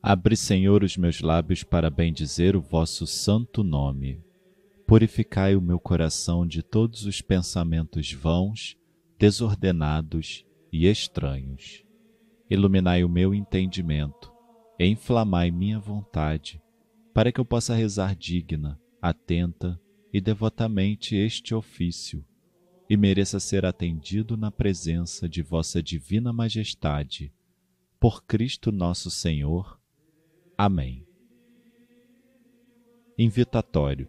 Abre, Senhor, os meus lábios para bendizer o vosso santo nome. Purificai o meu coração de todos os pensamentos vãos, desordenados e estranhos. Iluminai o meu entendimento e inflamai minha vontade, para que eu possa rezar digna, atenta e devotamente este ofício, e mereça ser atendido na presença de vossa divina majestade. Por Cristo nosso Senhor. Amém. Invitatório.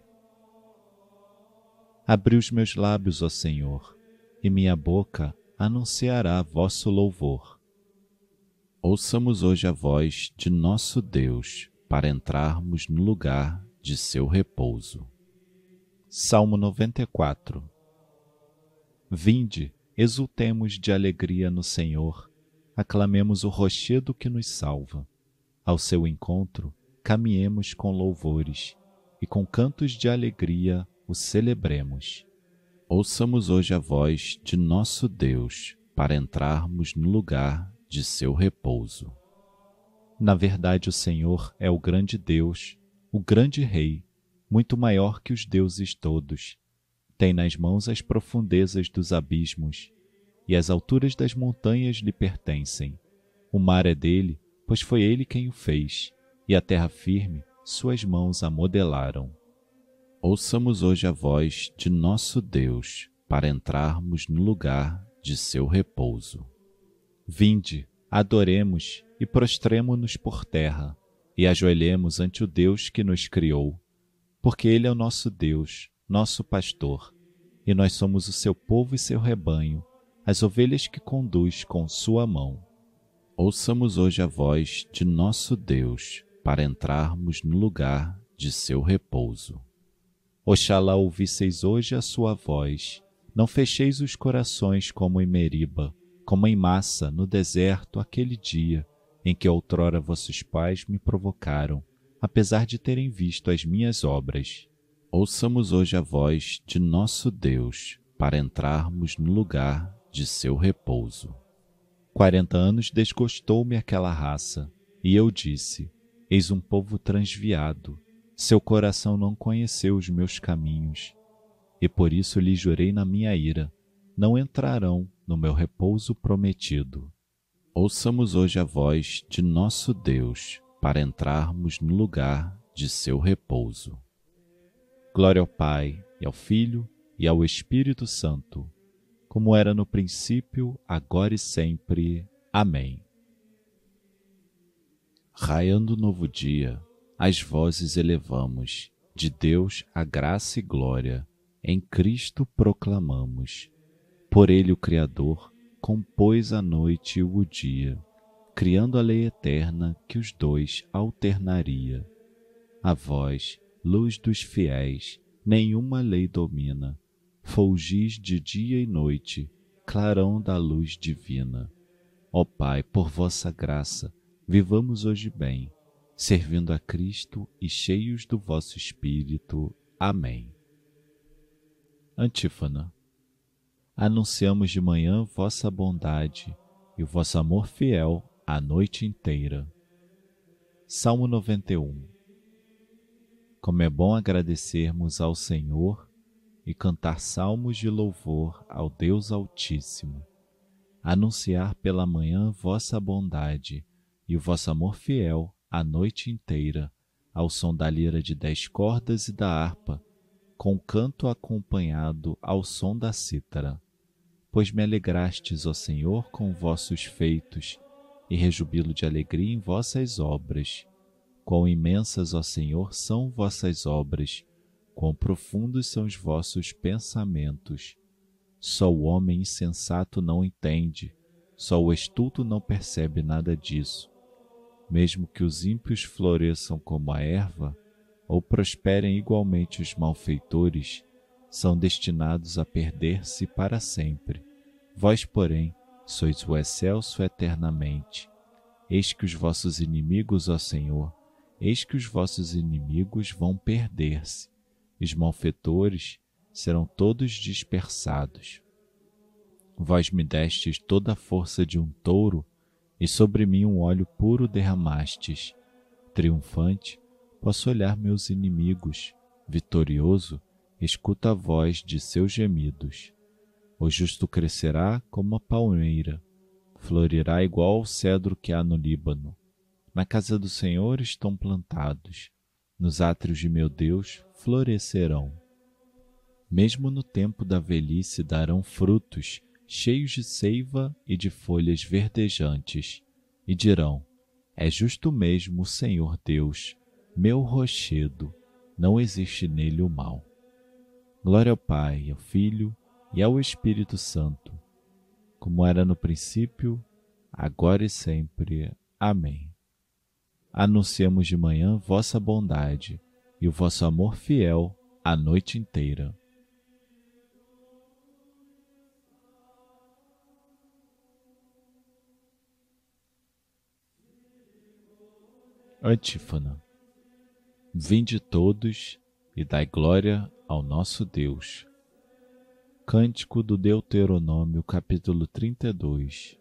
Abri os meus lábios, ó Senhor, e minha boca anunciará vosso louvor. Ouçamos hoje a voz de nosso Deus, para entrarmos no lugar de seu repouso. Salmo 94. Vinde, exultemos de alegria no Senhor, aclamemos o rochedo que nos salva. Ao seu encontro, caminhemos com louvores, e com cantos de alegria o celebremos. Ouçamos hoje a voz de nosso Deus, para entrarmos no lugar de seu repouso. Na verdade, o Senhor é o grande Deus, o grande Rei, muito maior que os deuses todos. Tem nas mãos as profundezas dos abismos, e as alturas das montanhas lhe pertencem. O mar é dele, pois foi ele quem o fez, e a terra firme suas mãos a modelaram. Ouçamos hoje a voz de nosso Deus, para entrarmos no lugar de seu repouso. Vinde, adoremos e prostremo-nos por terra, e ajoelhemos ante o Deus que nos criou, porque ele é o nosso Deus, nosso pastor, e nós somos o seu povo e seu rebanho, as ovelhas que conduz com sua mão. Ouçamos hoje a voz de nosso Deus, para entrarmos no lugar de seu repouso. Oxalá ouvisseis hoje a sua voz, não fecheis os corações como em Meriba, como em Massa, no deserto, aquele dia em que outrora vossos pais me provocaram, apesar de terem visto as minhas obras. Ouçamos hoje a voz de nosso Deus, para entrarmos no lugar de seu repouso. 40 anos desgostou-me aquela raça, e eu disse, eis um povo transviado, seu coração não conheceu os meus caminhos, e por isso lhe jurei na minha ira, não entrarão no meu repouso prometido. Ouçamos hoje a voz de nosso Deus, para entrarmos no lugar de seu repouso. Glória ao Pai, e ao Filho, e ao Espírito Santo, como era no princípio, agora e sempre. Amém. Raiando o novo dia, as vozes elevamos, de Deus a graça e glória, em Cristo proclamamos. Por ele o Criador compôs a noite e o dia, criando a lei eterna que os dois alternaria. A vós, luz dos fiéis, nenhuma lei domina, fulgis de dia e noite, clarão da luz divina. Ó Pai, por vossa graça, vivamos hoje bem, servindo a Cristo e cheios do vosso Espírito. Amém. Antífona. Anunciamos de manhã vossa bondade e o vosso amor fiel a noite inteira. Salmo 91. Como é bom agradecermos ao Senhor e cantar salmos de louvor ao Deus Altíssimo, anunciar pela manhã vossa bondade e o vosso amor fiel a noite inteira, ao som da lira de 10 cordas e da harpa, com canto acompanhado ao som da cítara. Pois me alegrastes, ó Senhor, com vossos feitos, e rejubilo de alegria em vossas obras. Quão imensas, ó Senhor, são vossas obras, quão profundos são os vossos pensamentos. Só o homem insensato não entende, só o estulto não percebe nada disso. Mesmo que os ímpios floresçam como a erva, ou prosperem igualmente os malfeitores, são destinados a perder-se para sempre. Vós, porém, sois o excelso eternamente. Eis que os vossos inimigos, ó Senhor, eis que os vossos inimigos vão perder-se. Os malfeitores serão todos dispersados. Vós me destes toda a força de um touro, e sobre mim um óleo puro derramastes. Triunfante, posso olhar meus inimigos. Vitorioso, escuto a voz de seus gemidos. O justo crescerá como a palmeira, florirá igual ao cedro que há no Líbano. Na casa do Senhor estão plantados, nos átrios de meu Deus florescerão. Mesmo no tempo da velhice darão frutos, cheios de seiva e de folhas verdejantes, e dirão: é justo mesmo o Senhor Deus, meu rochedo, não existe nele o mal. Glória ao Pai, ao Filho e ao Espírito Santo, como era no princípio, agora e sempre. Amém. Anunciamos de manhã vossa bondade e o vosso amor fiel a noite inteira. Antífona. Vinde todos e dai glória ao nosso Deus. Cântico do Deuteronômio, capítulo 32.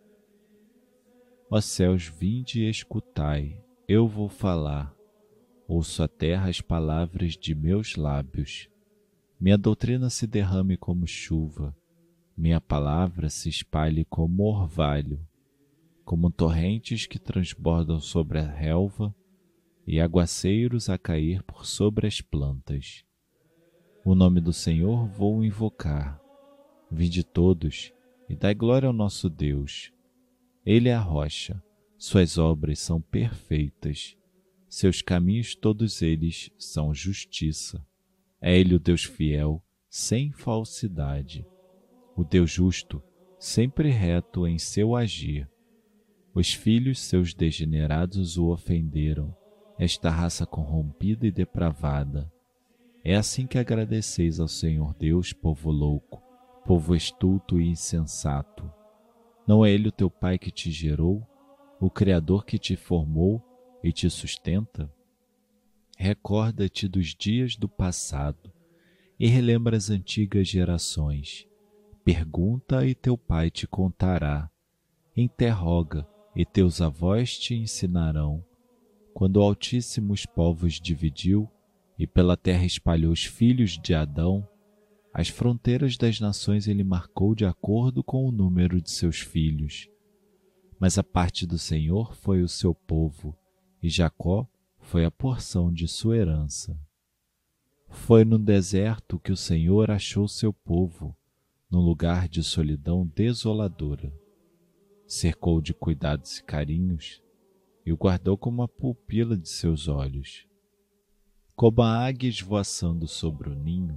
Ó céus, vinde e escutai, eu vou falar. Ouço a terra as palavras de meus lábios. Minha doutrina se derrame como chuva, minha palavra se espalhe como orvalho, como torrentes que transbordam sobre a relva e aguaceiros a cair por sobre as plantas. O nome do Senhor vou invocar. Vinde todos e dai glória ao nosso Deus. Ele é a rocha, suas obras são perfeitas, seus caminhos todos eles são justiça. É Ele o Deus fiel, sem falsidade, o Deus justo, sempre reto em seu agir. Os filhos seus degenerados o ofenderam, esta raça corrompida e depravada. É assim que agradeceis ao Senhor Deus, povo louco, povo estulto e insensato. Não é Ele o teu Pai que te gerou, o Criador que te formou e te sustenta? Recorda-te dos dias do passado e relembra as antigas gerações. Pergunta e teu pai te contará. Interroga e teus avós te ensinarão. Quando o Altíssimo os povos dividiu e pela terra espalhou os filhos de Adão, as fronteiras das nações ele marcou de acordo com o número de seus filhos. Mas a parte do Senhor foi o seu povo, e Jacó foi a porção de sua herança. Foi no deserto que o Senhor achou seu povo, num lugar de solidão desoladora. Cercou de cuidados e carinhos, e o guardou como a pupila de seus olhos. Como a águia esvoaçando sobre o ninho,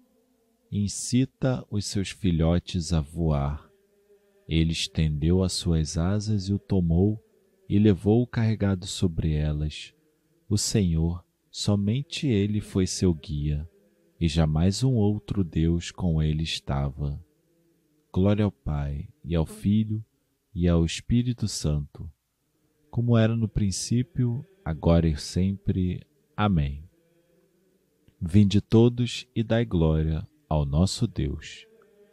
incita os seus filhotes a voar. Ele estendeu as suas asas e o tomou e levou-o carregado sobre elas. O Senhor, somente Ele foi seu guia, e jamais um outro Deus com ele estava. Glória ao Pai, e ao Filho, e ao Espírito Santo, como era no princípio, agora e sempre. Amém. Vinde todos e dai glória ao nosso Deus.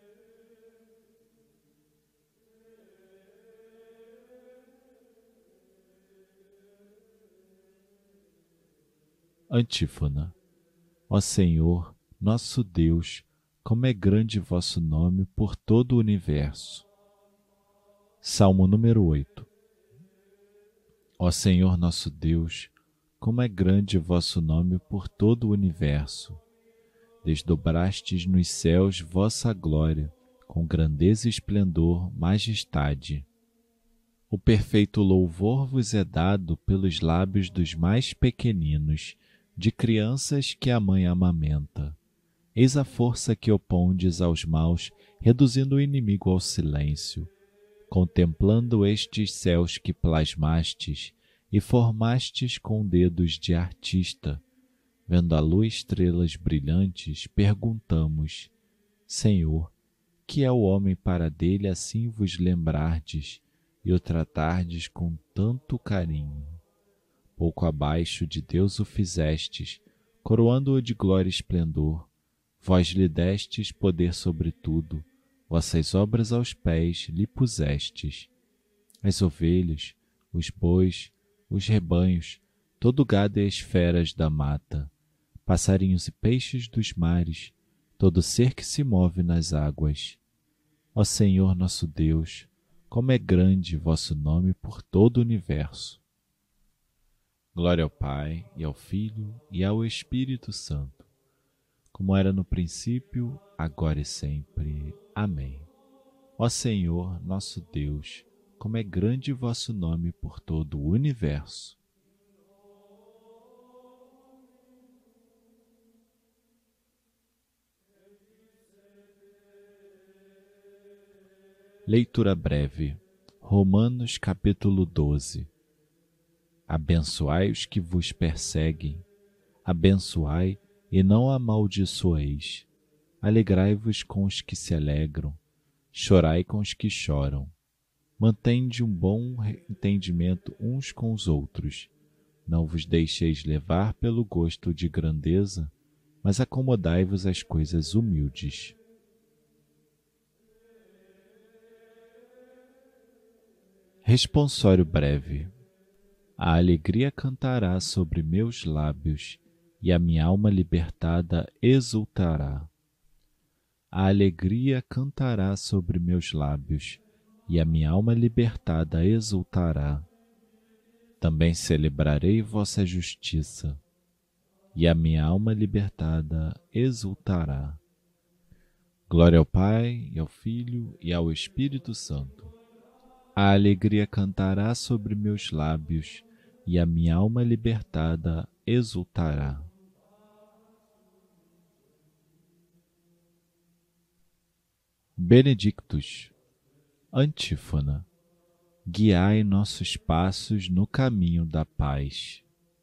Antífona. Ó Senhor, nosso Deus, como é grande vosso nome por todo o universo. Salmo número 8. Ó Senhor nosso Deus, como é grande vosso nome por todo o universo. Desdobrastes nos céus vossa glória, com grandeza e esplendor, majestade. O perfeito louvor vos é dado pelos lábios dos mais pequeninos, de crianças que a mãe amamenta. Eis a força que opondes aos maus, reduzindo o inimigo ao silêncio. Contemplando estes céus que plasmastes e formastes com dedos de artista, vendo a lua estrelas brilhantes, perguntamos: Senhor, que é o homem para dele assim vos lembrardes e o tratardes com tanto carinho? Pouco abaixo de Deus o fizestes, coroando-o de glória e esplendor. Vós lhe destes poder sobre tudo, vossas obras aos pés lhe pusestes. As ovelhas, os bois, os rebanhos, todo gado e as feras da mata, passarinhos e peixes dos mares, todo ser que se move nas águas. Ó Senhor nosso Deus, como é grande vosso nome por todo o universo. Glória ao Pai, e ao Filho, e ao Espírito Santo, como era no princípio, agora e sempre. Amém. Ó Senhor nosso Deus, como é grande vosso nome por todo o universo. Leitura breve. Romanos capítulo 12. Abençoai os que vos perseguem, abençoai e não amaldiçoeis. Alegrai-vos com os que se alegram, chorai com os que choram. Mantende um bom entendimento uns com os outros. Não vos deixeis levar pelo gosto de grandeza, mas acomodai-vos às coisas humildes. Responsório breve. A alegria cantará sobre meus lábios, e a minha alma libertada exultará. A alegria cantará sobre meus lábios, e a minha alma libertada exultará. Também celebrarei vossa justiça, e a minha alma libertada exultará. Glória ao Pai, e ao Filho, e ao Espírito Santo. A alegria cantará sobre meus lábios, e a minha alma libertada exultará. Benedictus. Antífona. Guiai nossos passos no caminho da paz.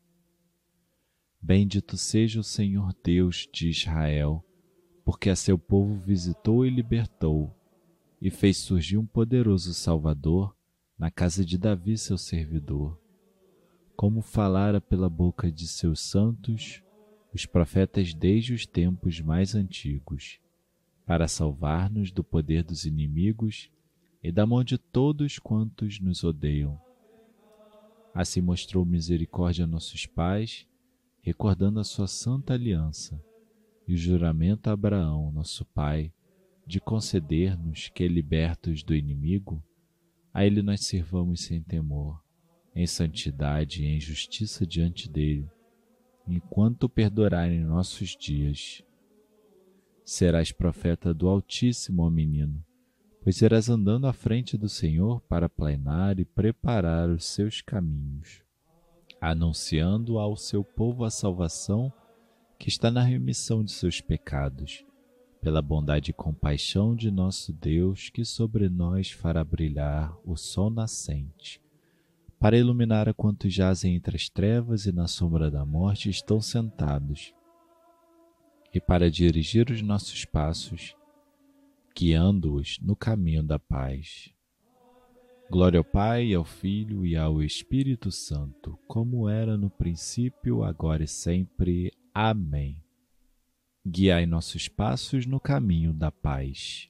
Bendito seja o Senhor Deus de Israel, porque a seu povo visitou e libertou, e fez surgir um poderoso Salvador na casa de Davi, seu servidor. Como falara pela boca de seus santos, os profetas desde os tempos mais antigos, para salvar-nos do poder dos inimigos e da mão de todos quantos nos odeiam. Assim mostrou misericórdia a nossos pais, recordando a sua santa aliança e o juramento a Abraão, nosso pai, de conceder-nos que, libertos do inimigo, a ele nós sirvamos sem temor, em santidade e em justiça diante dele, enquanto perdurarem nossos dias. Serás profeta do Altíssimo, ó menino, pois irás andando à frente do Senhor para planear e preparar os seus caminhos, anunciando ao seu povo a salvação que está na remissão de seus pecados, pela bondade e compaixão de nosso Deus, que sobre nós fará brilhar o sol nascente, para iluminar a quantos jazem entre as trevas e na sombra da morte estão sentados, e para dirigir os nossos passos, guiando-os no caminho da paz. Glória ao Pai, ao Filho e ao Espírito Santo, como era no princípio, agora e sempre. Amém. Guiai nossos passos no caminho da paz.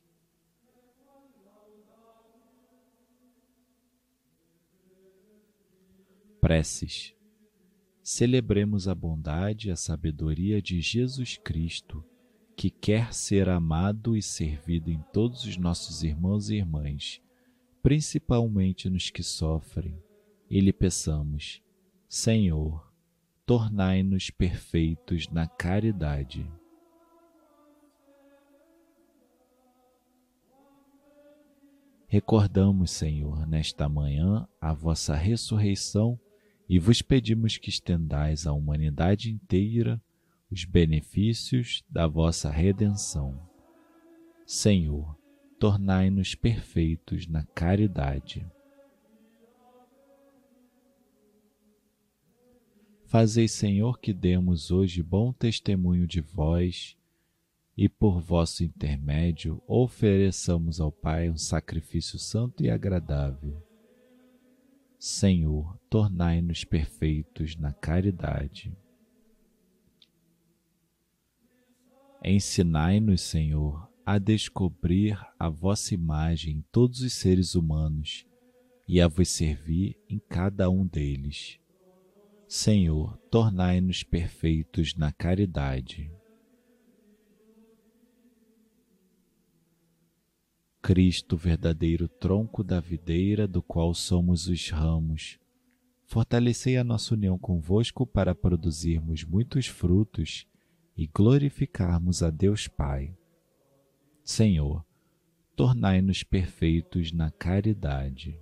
Preces. Celebremos a bondade e a sabedoria de Jesus Cristo, que quer ser amado e servido em todos os nossos irmãos e irmãs, principalmente nos que sofrem, e lhe peçamos: Senhor, tornai-nos perfeitos na caridade. Recordamos, Senhor, nesta manhã a vossa ressurreição e vos pedimos que estendais à humanidade inteira os benefícios da vossa redenção. Senhor, tornai-nos perfeitos na caridade. Fazei, Senhor, que demos hoje bom testemunho de vós e, por vosso intermédio, ofereçamos ao Pai um sacrifício santo e agradável. Senhor, tornai-nos perfeitos na caridade. Ensinai-nos, Senhor, a descobrir a vossa imagem em todos os seres humanos e a vos servir em cada um deles. Senhor, tornai-nos perfeitos na caridade. Cristo, verdadeiro tronco da videira, do qual somos os ramos, fortalecei a nossa união convosco para produzirmos muitos frutos e glorificarmos a Deus Pai. Senhor, tornai-nos perfeitos na caridade.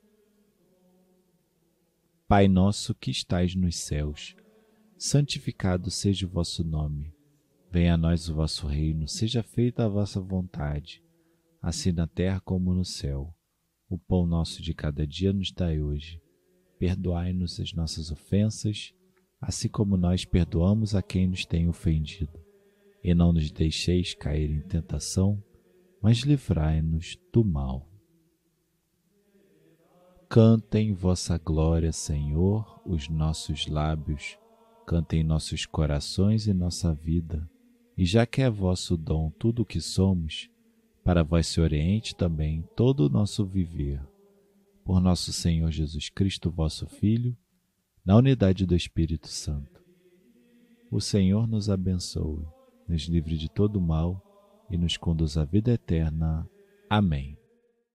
Pai nosso que estais nos céus, santificado seja o vosso nome. Venha a nós o vosso reino, seja feita a vossa vontade, assim na terra como no céu. O pão nosso de cada dia nos dai hoje. Perdoai-nos as nossas ofensas, assim como nós perdoamos a quem nos tem ofendido. E não nos deixeis cair em tentação, mas livrai-nos do mal. Cantem vossa glória, Senhor, os nossos lábios, cantem nossos corações e nossa vida, e já que é vosso dom tudo o que somos, para vós se oriente também todo o nosso viver. Por nosso Senhor Jesus Cristo, vosso Filho, na unidade do Espírito Santo. O Senhor nos abençoe, nos livre de todo mal e nos conduz à vida eterna. Amém.